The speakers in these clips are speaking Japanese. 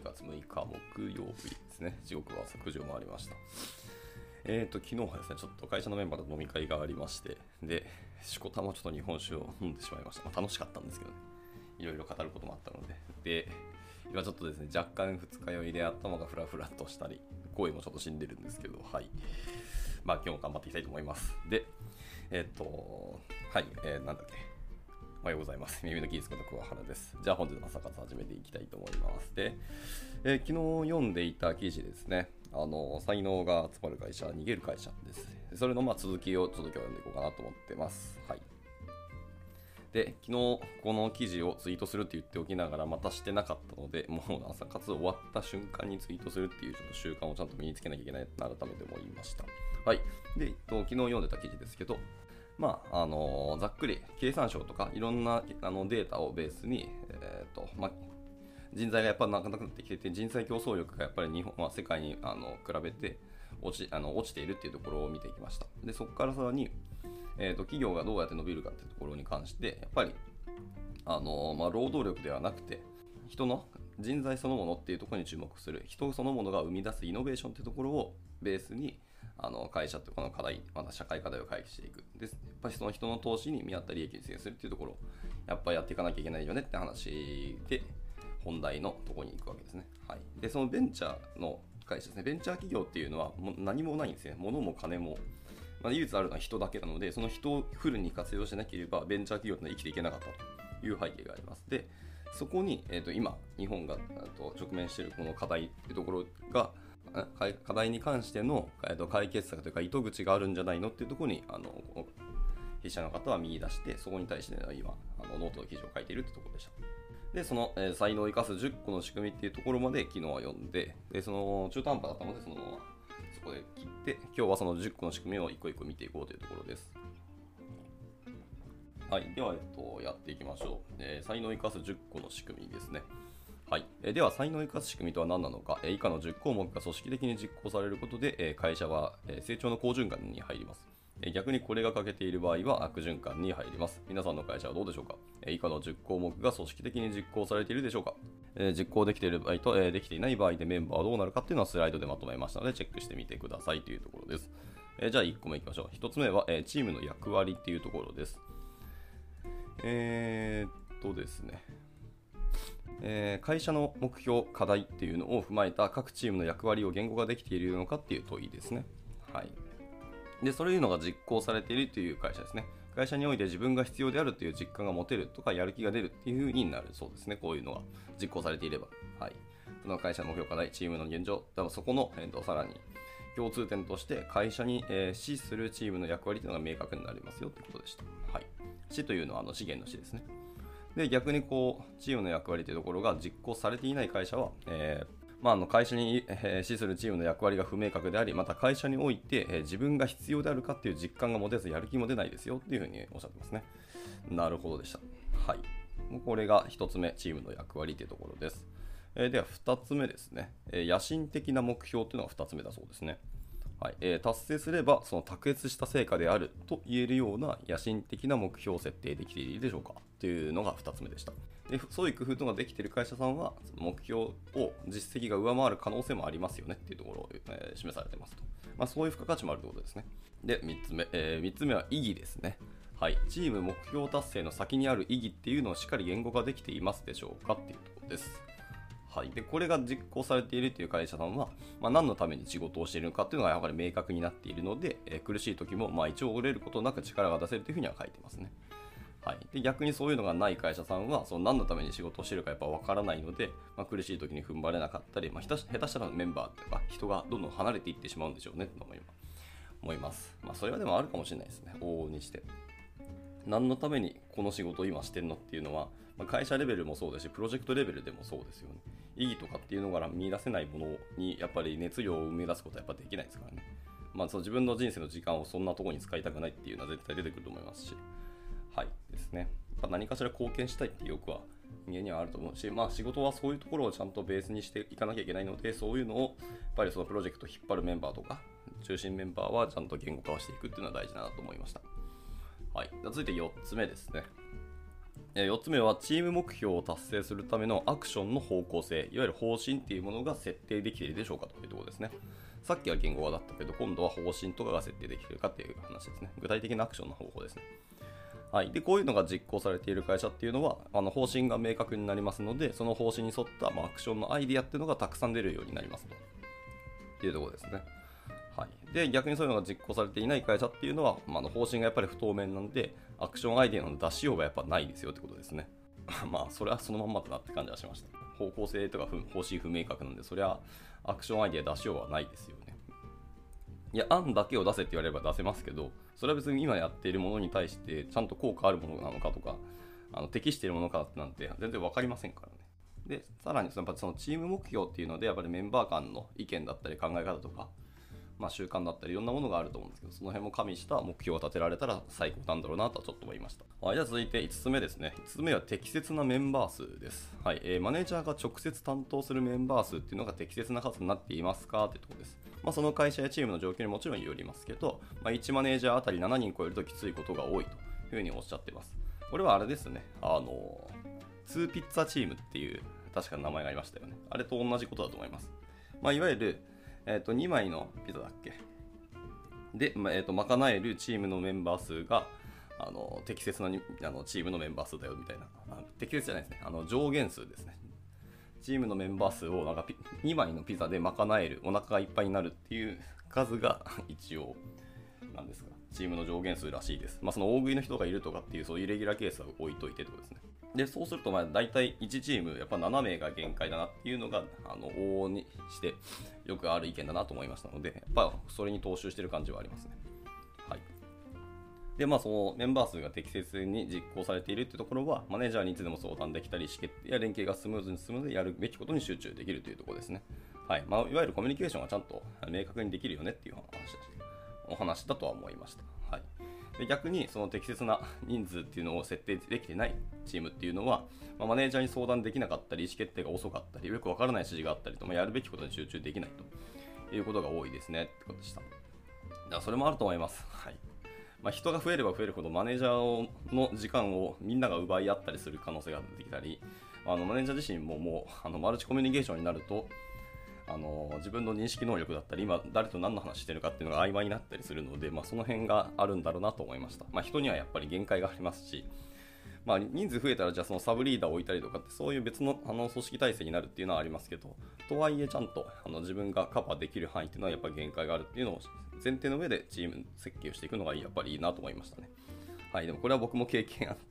10月6日木曜日ですね。時刻は9時を回りました。昨日はですね、ちょっと会社のメンバーと飲み会がありまして、で、しこたまちょっと日本酒を飲んでしまいました。楽しかったんですけどね。いろいろ語ることもあったので。で、今ちょっとですね、若干二日酔いで頭がフラフラとしたり、声もちょっと死んでるんですけど、はい。今日も頑張っていきたいと思います。で、なんだっけ。おはようございます。耳のキースこと桑原です。じゃあ本日の朝活始めていきたいと思います。で、昨日読んでいた記事ですね。才能が集まる会社、逃げる会社です。それの続きをちょっと今日読んでいこうかなと思ってます。はい。で、昨日この記事をツイートするって言っておきながらまたしてなかったので、もう朝活終わった瞬間にツイートするっていうちょっと習慣をちゃんと身につけなきゃいけないと改めて思いました。はい。で、昨日読んでた記事ですけど、ざっくり経産省とかいろんなデータをベースに、人材がやっぱなかなかなってきてて、人材競争力がやっぱり日本、世界に比べて落ちているっていうところを見ていきました。で、そこからさらに、企業がどうやって伸びるかっていうところに関して、やっぱり労働力ではなくて、人の人材そのものっていうところに注目する、人そのものが生み出すイノベーションっていうところをベースに会社ってこの課題、社会課題を回避していく。で、やっぱりその人の投資に見合った利益に実現するっていうところをやっぱりやっていかなきゃいけないよねって話で、本題のところに行くわけですね。はい。で、そのベンチャーの会社ですね。ベンチャー企業っていうのはもう何もないんですね。物も金も。唯一あるのは人だけなので、その人をフルに活用しなければベンチャー企業ってのは生きていけなかったという背景があります。で、そこに、今、日本が直面しているこの課題というところが、課題に関しての解決策というか糸口があるんじゃないのっていうところに筆者の方は見出して、そこに対して今ノートの記事を書いているというところでした。で、その才能を生かす10個の仕組みっていうところまで昨日は読んで、でその中途半端だったのでそのままそこで切って、今日はその10個の仕組みを一個一個見ていこうというところです。はい、では、やっていきましょう。才能を生かす10個の仕組みですね。はい、では、才能を生かす仕組みとは何なのか、以下の10項目が組織的に実行されることで、会社は成長の好循環に入ります。逆にこれが欠けている場合は悪循環に入ります。皆さんの会社はどうでしょうか？以下の10項目が組織的に実行されているでしょうか？実行できている場合と、できていない場合でメンバーはどうなるかっていうのはスライドでまとめましたのでチェックしてみてくださいというところです。じゃあ1個目いきましょう。1つ目は、チームの役割っていうところです。ですね。会社の目標、課題っていうのを踏まえた各チームの役割を言語化できているのかっていう問いですね。はい。で、そういうのが実行されているという会社ですね。会社において自分が必要であるという実感が持てるとか、やる気が出るっていう風になるそうですね。こういうのが実行されていれば。はい。その会社の目標課題、チームの現状、そこの、さらに共通点として会社に、資するチームの役割というのが明確になりますよということでした。はい。資というのは資源の資ですね。で、逆にチームの役割というところが実行されていない会社は、会社に資するチームの役割が不明確であり、また会社において自分が必要であるかっていう実感が持てず、やる気も出ないですよっていうふうにおっしゃってますね。なるほどでした。はい。これが1つ目、チームの役割というところです。では2つ目ですね。野心的な目標というのが2つ目だそうですね。はい。達成すればその卓越した成果であると言えるような野心的な目標を設定できているでしょうかというのが2つ目でした。で、そういう工夫とかできている会社さんは目標を実績が上回る可能性もありますよねっていうところを、示されていますと。そういう付加価値もあるということですね。で、3つ目は意義ですね。はい。チーム目標達成の先にある意義っていうのをしっかり言語化できていますでしょうかっていうところです。はい、でこれが実行されているという会社さんは、何のために仕事をしているのかというのがやはり明確になっているので、苦しい時も一応折れることなく力が出せるというふうには書いてますね。はい、で逆にそういうのがない会社さんはその何のために仕事をしているかやっぱ分からないので、苦しい時に踏ん張れなかったり、下手したらメンバーとか人がどんどん離れていってしまうんでしょうねと思います。それはでもあるかもしれないですね。往々にして何のためにこの仕事を今してるのっていうのは、会社レベルもそうですし、プロジェクトレベルでもそうですよね。意義とかっていうのから見出せないものにやっぱり熱量を生み出すことはやっぱできないですからね。そう自分の人生の時間をそんなところに使いたくないっていうのは絶対出てくると思いますし、はいですね。何かしら貢献したいっていう欲は人間にはあると思うし、仕事はそういうところをちゃんとベースにしていかなきゃいけないので、そういうのをやっぱりそのプロジェクトを引っ張るメンバーとか中心メンバーはちゃんと言語化をしていくっていうのは大事だなと思いました。はい、続いて4つ目ですね。 4つ目はチーム目標を達成するためのアクションの方向性、いわゆる方針っていうものが設定できているでしょうかというところですね。さっきは言語化だったけど、今度は方針とかが設定できているかっていう話ですね。具体的なアクションの方法ですね。はい、でこういうのが実行されている会社っていうのは方針が明確になりますので、その方針に沿った、アクションのアイディアっていうのがたくさん出るようになりますというところですね。はい、で逆にそういうのが実行されていない会社っていうのは、方針がやっぱり不透明なんでアクションアイデアの出しようがやっぱないですよってことですね。それはそのまんまだなって感じはしました。方向性とか方針不明確なんで、それはアクションアイデア出しようはないですよね。いや、案だけを出せって言われれば出せますけど、それは別に今やっているものに対してちゃんと効果あるものなのかとか、適しているものかなんて全然分かりませんからね。で、さらにそのチーム目標っていうので、やっぱりメンバー間の意見だったり考え方とか、習慣だったりいろんなものがあると思うんですけど、その辺も加味した目標を立てられたら最高なんだろうなとはちょっと思いました。はい、じゃあ続いて5つ目ですね。5つ目は適切なメンバー数です。はい、マネージャーが直接担当するメンバー数っていうのが適切な数になっていますかというところです。その会社やチームの状況にもちろんよりますけど、1マネージャーあたり7人超えるときついことが多いというふうにおっしゃっています。これはあれですね、2ピッツァチームっていう確か名前がありましたよね。あれと同じことだと思います。いわゆる2枚のピザだっけで、賄えるチームのメンバー数が適切なチームのメンバー数だよみたいな、適切じゃないですね、上限数ですね。チームのメンバー数を2枚のピザで賄える、お腹がいっぱいになるっていう数が一応なんですか、チームの上限数らしいです。その大食いの人がいるとかっていうそういうイレギュラーケースは置いといてってことですね。でそうすると大体1チームやっぱ7名が限界だなっていうのが往々にしてよくある意見だなと思いましたので、やっぱそれに踏襲してる感じはありますね。はい。でそのメンバー数が適切に実行されているっていうところはマネージャーにいつでも相談できたり、意思決定や連携がスムーズに進むのでやるべきことに集中できるというところですね。はい。いわゆるコミュニケーションがちゃんと明確にできるよねっていうお話だとは思いました。はい。で逆にその適切な人数っていうのを設定できてないチームっていうのは、マネージャーに相談できなかったり、意思決定が遅かったり、よくわからない指示があったりと、やるべきことに集中できないということが多いですねってことでした。だからそれもあると思います。はい。人が増えれば増えるほどマネージャーの時間をみんなが奪い合ったりする可能性が出てきたり、マネージャー自身ももうマルチコミュニケーションになると自分の認識能力だったり今誰と何の話してるかっていうのが曖昧になったりするので、その辺があるんだろうなと思いました。人にはやっぱり限界がありますし、人数増えたらじゃあそのサブリーダーを置いたりとかってそういう別の組織体制になるっていうのはありますけど、とはいえちゃんと自分がカバーできる範囲っていうのはやっぱり限界があるっていうのを前提の上でチーム設計をしていくのがやっぱりいいなと思いましたね。はい、でもこれは僕も経験あって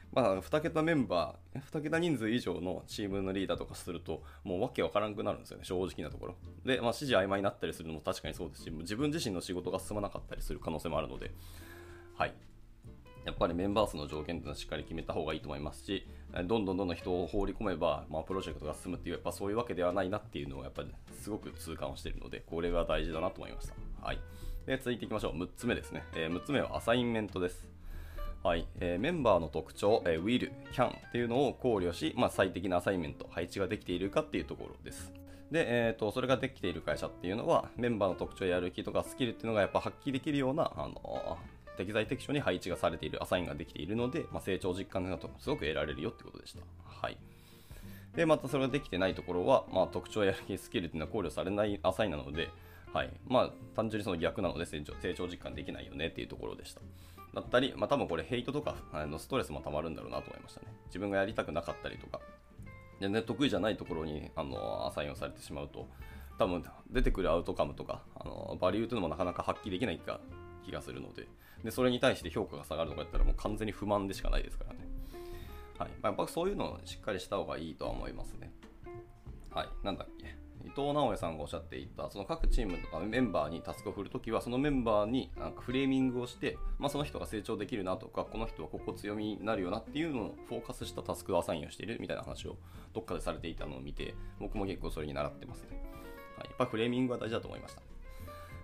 、2桁メンバー、2桁人数以上のチームのリーダーとかすると、もうわけわからんくなるんですよね、正直なところ。で、指示曖昧になったりするのも確かにそうですし、自分自身の仕事が進まなかったりする可能性もあるので、はい。やっぱりメンバー数の条件というのはしっかり決めた方がいいと思いますし、どんどん人を放り込めば、プロジェクトが進むっていう、やっぱそういうわけではないなっていうのをやっぱりすごく痛感をしているので、これが大事だなと思いました。はい。で、続いていきましょう。6つ目ですね。6つ目はアサインメントです。はい。メンバーの特徴、will、can っていうのを考慮し、最適なアサインメント、配置ができているかっていうところです。で、それができている会社っていうのは、メンバーの特徴やる気とかスキルっていうのがやっぱ発揮できるような、適材適所に配置がされているアサインができているので、成長実感がすごく得られるよってことでした。はい。で、またそれができてないところは、特徴やる気、スキルっていうのは考慮されないアサインなので、はい。単純にその逆なので成長実感できないよねっていうところでした。だったり、多分これヘイトとかストレスもたまるんだろうなと思いましたね。自分がやりたくなかったりとか、全然得意じゃないところにアサインをされてしまうと、多分出てくるアウトカムとかバリューというのもなかなか発揮できない気がするので、それに対して評価が下がるとかやったらもう完全に不満でしかないですからね。はい。やっぱそういうのをしっかりした方がいいとは思いますね。はい。なんだっけ。伊藤直江さんがおっしゃっていた、その各チームとかメンバーにタスクを振るときは、そのメンバーにフレーミングをして、その人が成長できるなとか、この人はここ強みになるよなっていうのをフォーカスしたタスクをアサインをしているみたいな話をどっかでされていたのを見て、僕も結構それに習ってますね。はい。やっぱフレーミングは大事だと思いました。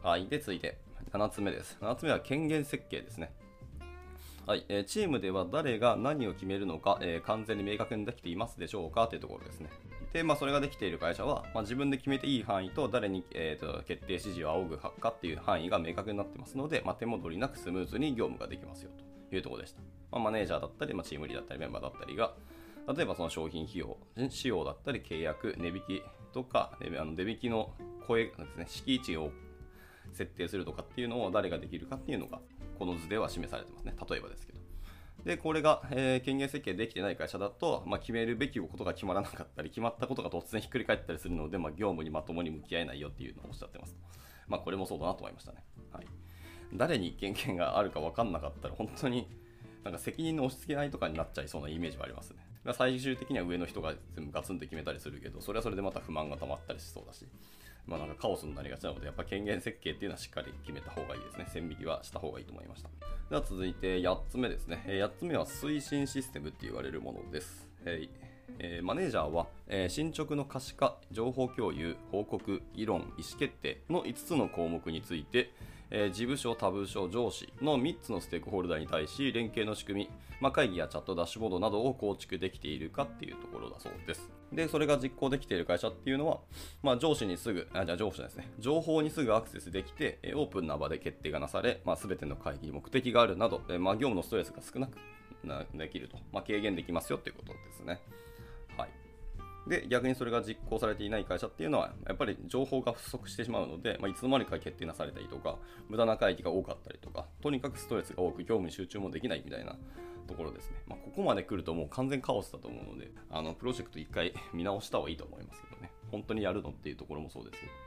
はい。で、続いて7つ目です。7つ目は権限設計ですね。はい。チームでは誰が何を決めるのか、完全に明確にできていますでしょうかというところですね。で、それができている会社は、自分で決めていい範囲と誰に、決定指示を仰ぐかっていう範囲が明確になってますので、手戻りなくスムーズに業務ができますよいうところでした。マネージャーだったり、チームリーだったり、メンバーだったりが、例えばその商品費用、仕様だったり、契約、値引きとか、値引きのですね、敷地を設定するとかっていうのを誰ができるかっていうのが、この図では示されてますね。例えばですけど。で、これが、権限設計できてない会社だと、決めるべきことが決まらなかったり、決まったことが突然ひっくり返ったりするので、業務にまともに向き合えないよっていうのをおっしゃってます。これもそうだなと思いましたね。はい。誰に権限があるか分かんなかったら、本当になんか責任の押し付け合いとかになっちゃいそうなイメージはありますね。最終的には上の人が全部ガツンと決めたりするけど、それはそれでまた不満が溜まったりしそうだし、なんかカオスになりがちなので、やっぱ権限設計っていうのはしっかり決めた方がいいですね。線引きはした方がいいと思いました。では続いて8つ目ですね。8つ目は推進システムって言われるものです。マネージャーは、進捗の可視化、情報共有、報告、議論、意思決定の5つの項目について、事部署、他部署、上司の3つのステークホルダーに対し連携の仕組み、会議やチャット、ダッシュボードなどを構築できているかっていうところだそうです。で、それが実行できている会社っていうのは、上司にすぐ、上司ですね、情報にすぐアクセスできて、オープンな場で決定がなされ、全ての会議に目的があるなど、業務のストレスが少なくできると、軽減できますよっていうことですね。はい。で、逆にそれが実行されていない会社っていうのは、やっぱり情報が不足してしまうので、いつの間にか決定なされたりとか、無駄な会議が多かったりとか、とにかくストレスが多く、業務に集中もできないみたいなところですね。ここまで来るともう完全カオスだと思うので、プロジェクト一回見直した方がいいと思いますけどね。本当にやるのっていうところもそうですけ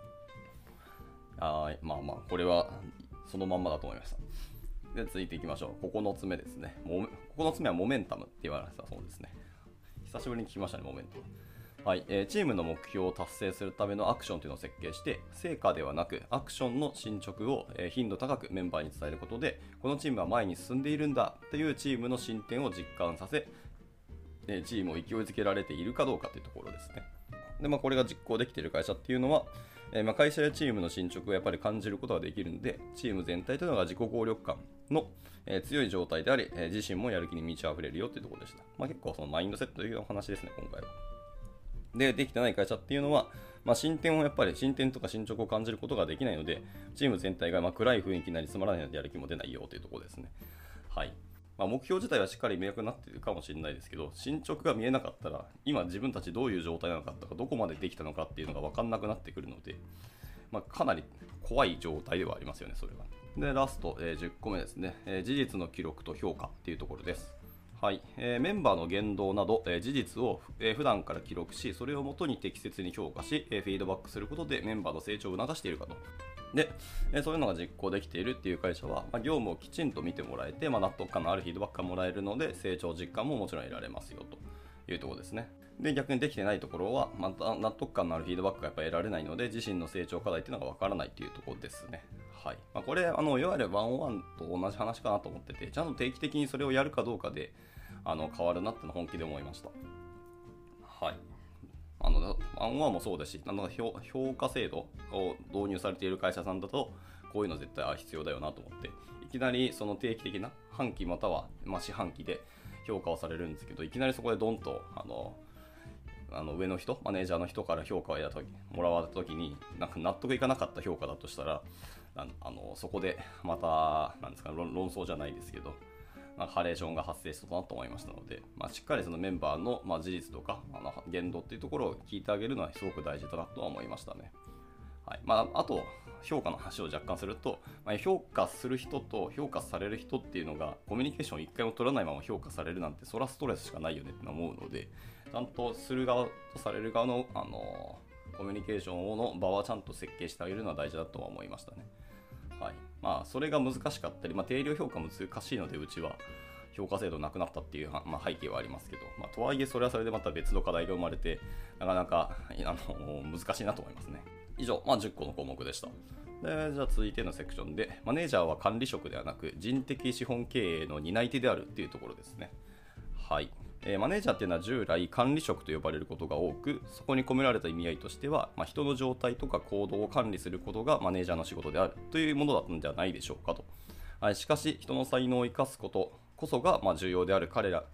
ど。これはそのまんまだと思いました。で、続いていきましょう。9つ目ですね。9つ目はモメンタムって言われたそうですね。久しぶりに聞きましたね、モメンタム。はい、チームの目標を達成するためのアクションというのを設計して、成果ではなくアクションの進捗を頻度高くメンバーに伝えることで、このチームは前に進んでいるんだというチームの進展を実感させ、チームを勢いづけられているかどうかというところですね。で、これが実行できている会社っていうのは、会社やチームの進捗をやっぱり感じることができるので、チーム全体というのが自己効力感の強い状態であり、自身もやる気に満ち溢れるよというところでした。結構そのマインドセットというお話ですね、今回は。できてない会社っていうのは、進展とか進捗を感じることができないので、チーム全体が暗い雰囲気になりつまらないのでやる気も出ないよというところですね。はい。目標自体はしっかり明確になっているかもしれないですけど、進捗が見えなかったら、今自分たちどういう状態なのかとか、どこまでできたのかっていうのが分かんなくなってくるので、かなり怖い状態ではありますよね、それは。で、ラスト、10個目ですね。事実の記録と評価っていうところです。はい。メンバーの言動など、事実を、普段から記録し、それをもとに適切に評価し、フィードバックすることでメンバーの成長を促しているかと。で、そういうのが実行できているっていう会社は、業務をきちんと見てもらえて、納得感のあるフィードバックがもらえるので、成長実感ももちろん得られますよというところですね。で、逆にできてないところは、納得感のあるフィードバックがやっぱり得られないので、自身の成長課題っていうのがわからないというところですね。はい。これ、いわゆるワンオンワンと同じ話かなと思ってて、ちゃんと定期的にそれをやるかどうかで、変わるなっての本気で思いました。はい。ワンオンワンもそうだし、評価制度を導入されている会社さんだと、こういうの絶対必要だよなと思って、いきなりその定期的な半期または四半期で評価をされるんですけど、いきなりそこでドンと上の人、マネージャーの人から評価をもらわれたときに、なんか納得いかなかった評価だとしたら、そこでまた論争じゃないですけど、ハレーションが発生したなと思いましたので、しっかりそのメンバーの事実とか言動っていうところを聞いてあげるのはすごく大事だなとは思いましたね。はい。あと評価の話を若干すると、評価する人と評価される人っていうのがコミュニケーションを一回も取らないまま評価されるなんて、それはストレスしかないよねって思うので、ちゃんとする側とされる側の、コミュニケーションの場はちゃんと設計してあげるのは大事だとは思いましたね。はい。それが難しかったり、定量評価難しいので、うちは評価制度なくなったっていう、背景はありますけど、とはいえそれはそれでまた別の課題が生まれて、なかなか難しいなと思いますね。以上、10個の項目でした。で、じゃあ続いてのセクションで、マネージャーは管理職ではなく人的資本経営の担い手であるっていうところですね。はい。マネージャーっていうのは従来管理職と呼ばれることが多く、そこに込められた意味合いとしては、人の状態とか行動を管理することがマネージャーの仕事であるというものだったんじゃないでしょうかと。はい。しかし人の才能を生かすことこそが重要である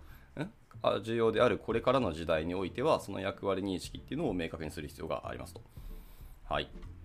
これからの時代においては、その役割認識っていうのを明確にする必要がありますと。はい。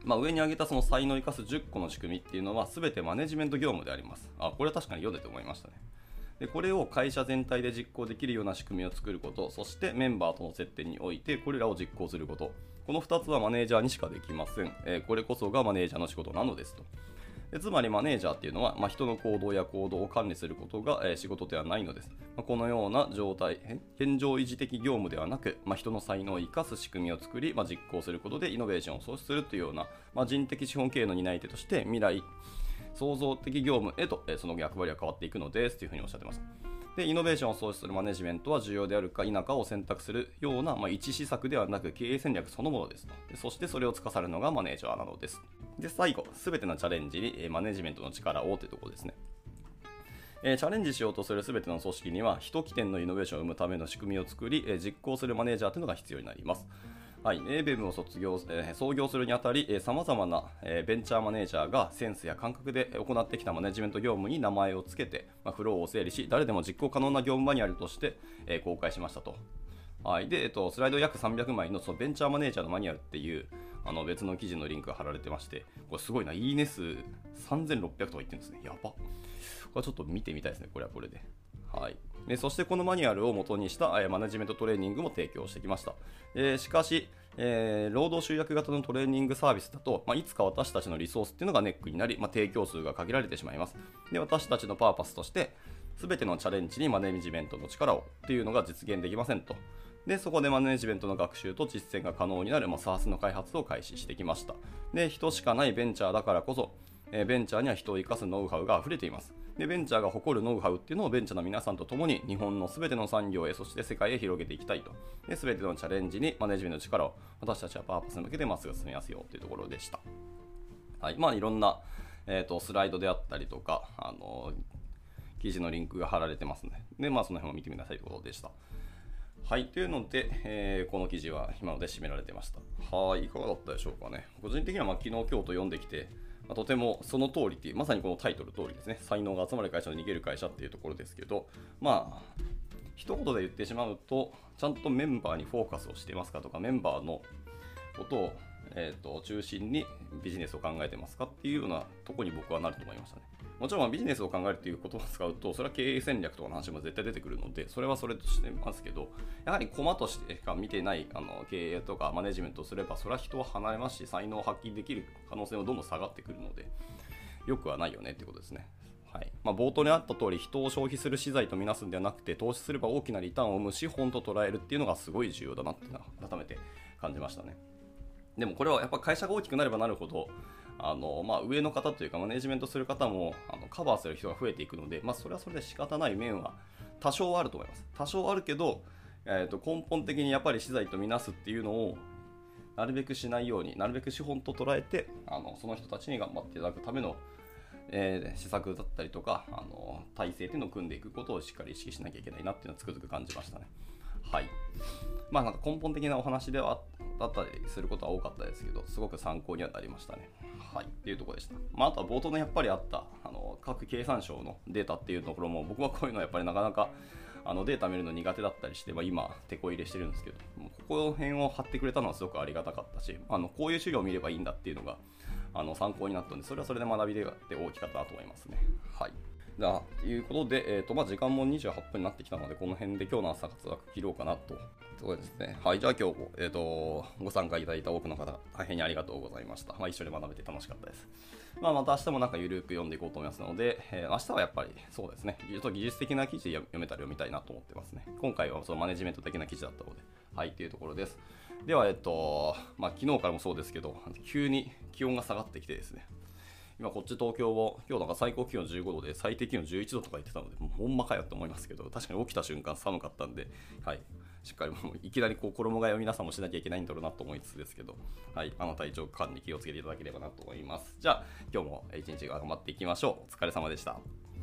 上に挙げたその才能を生かす10個の仕組みっていうのは全てマネジメント業務であります。これは確かに読んでて思いましたね。でこれを会社全体で実行できるような仕組みを作ること、そしてメンバーとの接点においてこれらを実行すること、この2つはマネージャーにしかできません。これこそがマネージャーの仕事なのですと。つまりマネージャーっていうのは、人の行動や行動を管理することが、仕事ではないのです。このような状態、現状維持的業務ではなく、人の才能を生かす仕組みを作り、実行することでイノベーションを創出するというような、人的資本経営の担い手として未来創造的業務へと、その役割は変わっていくのですというふうにおっしゃってます。でイノベーションを創出するマネジメントは重要であるか否かを選択するような、一施策ではなく経営戦略そのものですと。そしてそれを司るのがマネージャーなのです。で最後、すべてのチャレンジにマネジメントの力をというところですね。チャレンジしようとするすべての組織には一起点のイノベーションを生むための仕組みを作り、実行するマネージャーというのが必要になります。はい、ABEM を創業するにあたり、さまざまなベンチャーマネージャーがセンスや感覚で行ってきたマネジメント業務に名前をつけて、フローを整理し、誰でも実行可能な業務マニュアルとして公開しましたと。はい、でスライド約300枚のそのベンチャーマネージャーのマニュアルっていう別の記事のリンクが貼られてまして、これすごいな、いいね数3600とか言ってるんですね。やば。これちょっと見てみたいですね、これはこれで。はい、そしてこのマニュアルを元にしたマネジメントトレーニングも提供してきました。しかし、労働集約型のトレーニングサービスだと、いつか私たちのリソースっていうのがネックになり、提供数が限られてしまいます。で私たちのパーパスとして全てのチャレンジにマネジメントの力をっていうのが実現できませんと。でそこでマネジメントの学習と実践が可能になる、SaaS の開発を開始してきました。で人しかないベンチャーだからこそ、ベンチャーには人を生かすノウハウが溢れています。でベンチャーが誇るノウハウっていうのをベンチャーの皆さんと共に日本の全ての産業へ、そして世界へ広げていきたいと。で全てのチャレンジにマネジメントの力を私たちはパーパスに向けてまっすぐ進めますよというところでした。はい、いろんな、スライドであったりとか、記事のリンクが貼られてますので、その辺も見てみなさいということでした。はい、というので、この記事は今ので締められてました。はい、いかがだったでしょうかね。個人的には昨日今日と読んできて、とてもその通りっていう、まさにこのタイトル通りですね。才能が集まる会社の逃げる会社っていうところですけど、一言で言ってしまうと、ちゃんとメンバーにフォーカスをしていますかとか、メンバーのことを、中心にビジネスを考えてますかっていうようなところに僕はなると思いましたね。もちろんビジネスを考えるという言葉を使うと、それは経営戦略とかの話も絶対出てくるので、それはそれとしてますけど、やはり駒としてしか見てない経営とかマネジメントをすれば、それは人は離れますし、才能を発揮できる可能性もどんどん下がってくるので、よくはないよねっていうことですね。はい、冒頭にあった通り、人を消費する資材とみなすんではなくて、投資すれば大きなリターンを生む資本と捉えるっていうのがすごい重要だなっていうのは改めて感じましたね。でもこれはやっぱ会社が大きくなればなるほど、上の方というかマネジメントする方もカバーする人が増えていくので、それはそれで仕方ない面は多少はあると思います。多少あるけど、根本的にやっぱり資材とみなすっていうのをなるべくしないように、なるべく資本と捉えてその人たちに頑張っていただくための施策だったりとか体制というのを組んでいくことをしっかり意識しなきゃいけないなっていうのはつくづく感じましたね。はい、なんか根本的なお話ではだったりすることは多かったですけど、すごく参考にはなりましたね。はい、っていうところでした。あとは冒頭のやっぱりあった各経産省のデータっていうところも、僕はこういうのはやっぱりなかなかデータ見るの苦手だったりして、今手こ入れしてるんですけど、ここの辺を貼ってくれたのはすごくありがたかったし、こういう資料を見ればいいんだっていうのが参考になったので、それはそれで学びで大きかったなと思いますね。はい。ということで、時間も28分になってきたので、この辺で今日の朝活は切ろうかなと。そうですね。はい。じゃあ今日も、ご参加いただいた多くの方、大変にありがとうございました。一緒に学べて楽しかったです。また明日もゆるく読んでいこうと思いますので、明日はやっぱりそうですね、ちょっと技術的な記事で読めたら読みたいなと思ってますね。今回はそのマネジメント的な記事だったので、はい、というところです。では、昨日からもそうですけど、急に気温が下がってきてですね、今こっち東京を今日最高気温15度で最低気温11度とか言ってたので、もうほんまかよって思いますけど、確かに起きた瞬間寒かったんで、はい、しっかりもういきなり衣替えを皆さんもしなきゃいけないんだろうなと思いつつですけど、はい、体調管理気をつけていただければなと思います。じゃあ今日も一日頑張っていきましょう。お疲れ様でした。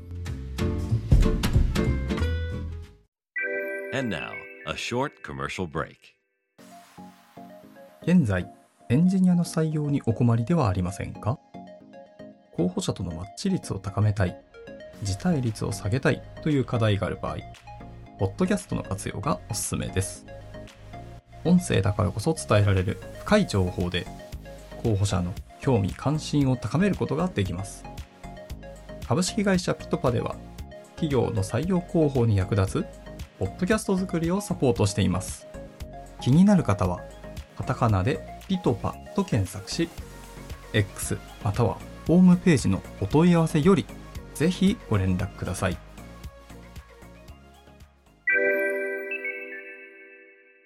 And now, a short commercial break. 現在、エンジニアの採用にお困りではありませんか？候補者とのマッチ率を高めたい、辞退率を下げたいという課題がある場合、ポッドキャストの活用がおすすめです。音声だからこそ伝えられる深い情報で、候補者の興味関心を高めることができます。株式会社ピトパでは、企業の採用広報に役立つポッドキャスト作りをサポートしています。気になる方はカタカナでピトパと検索し、X またはホームページのお問い合わせよりぜひご連絡ください。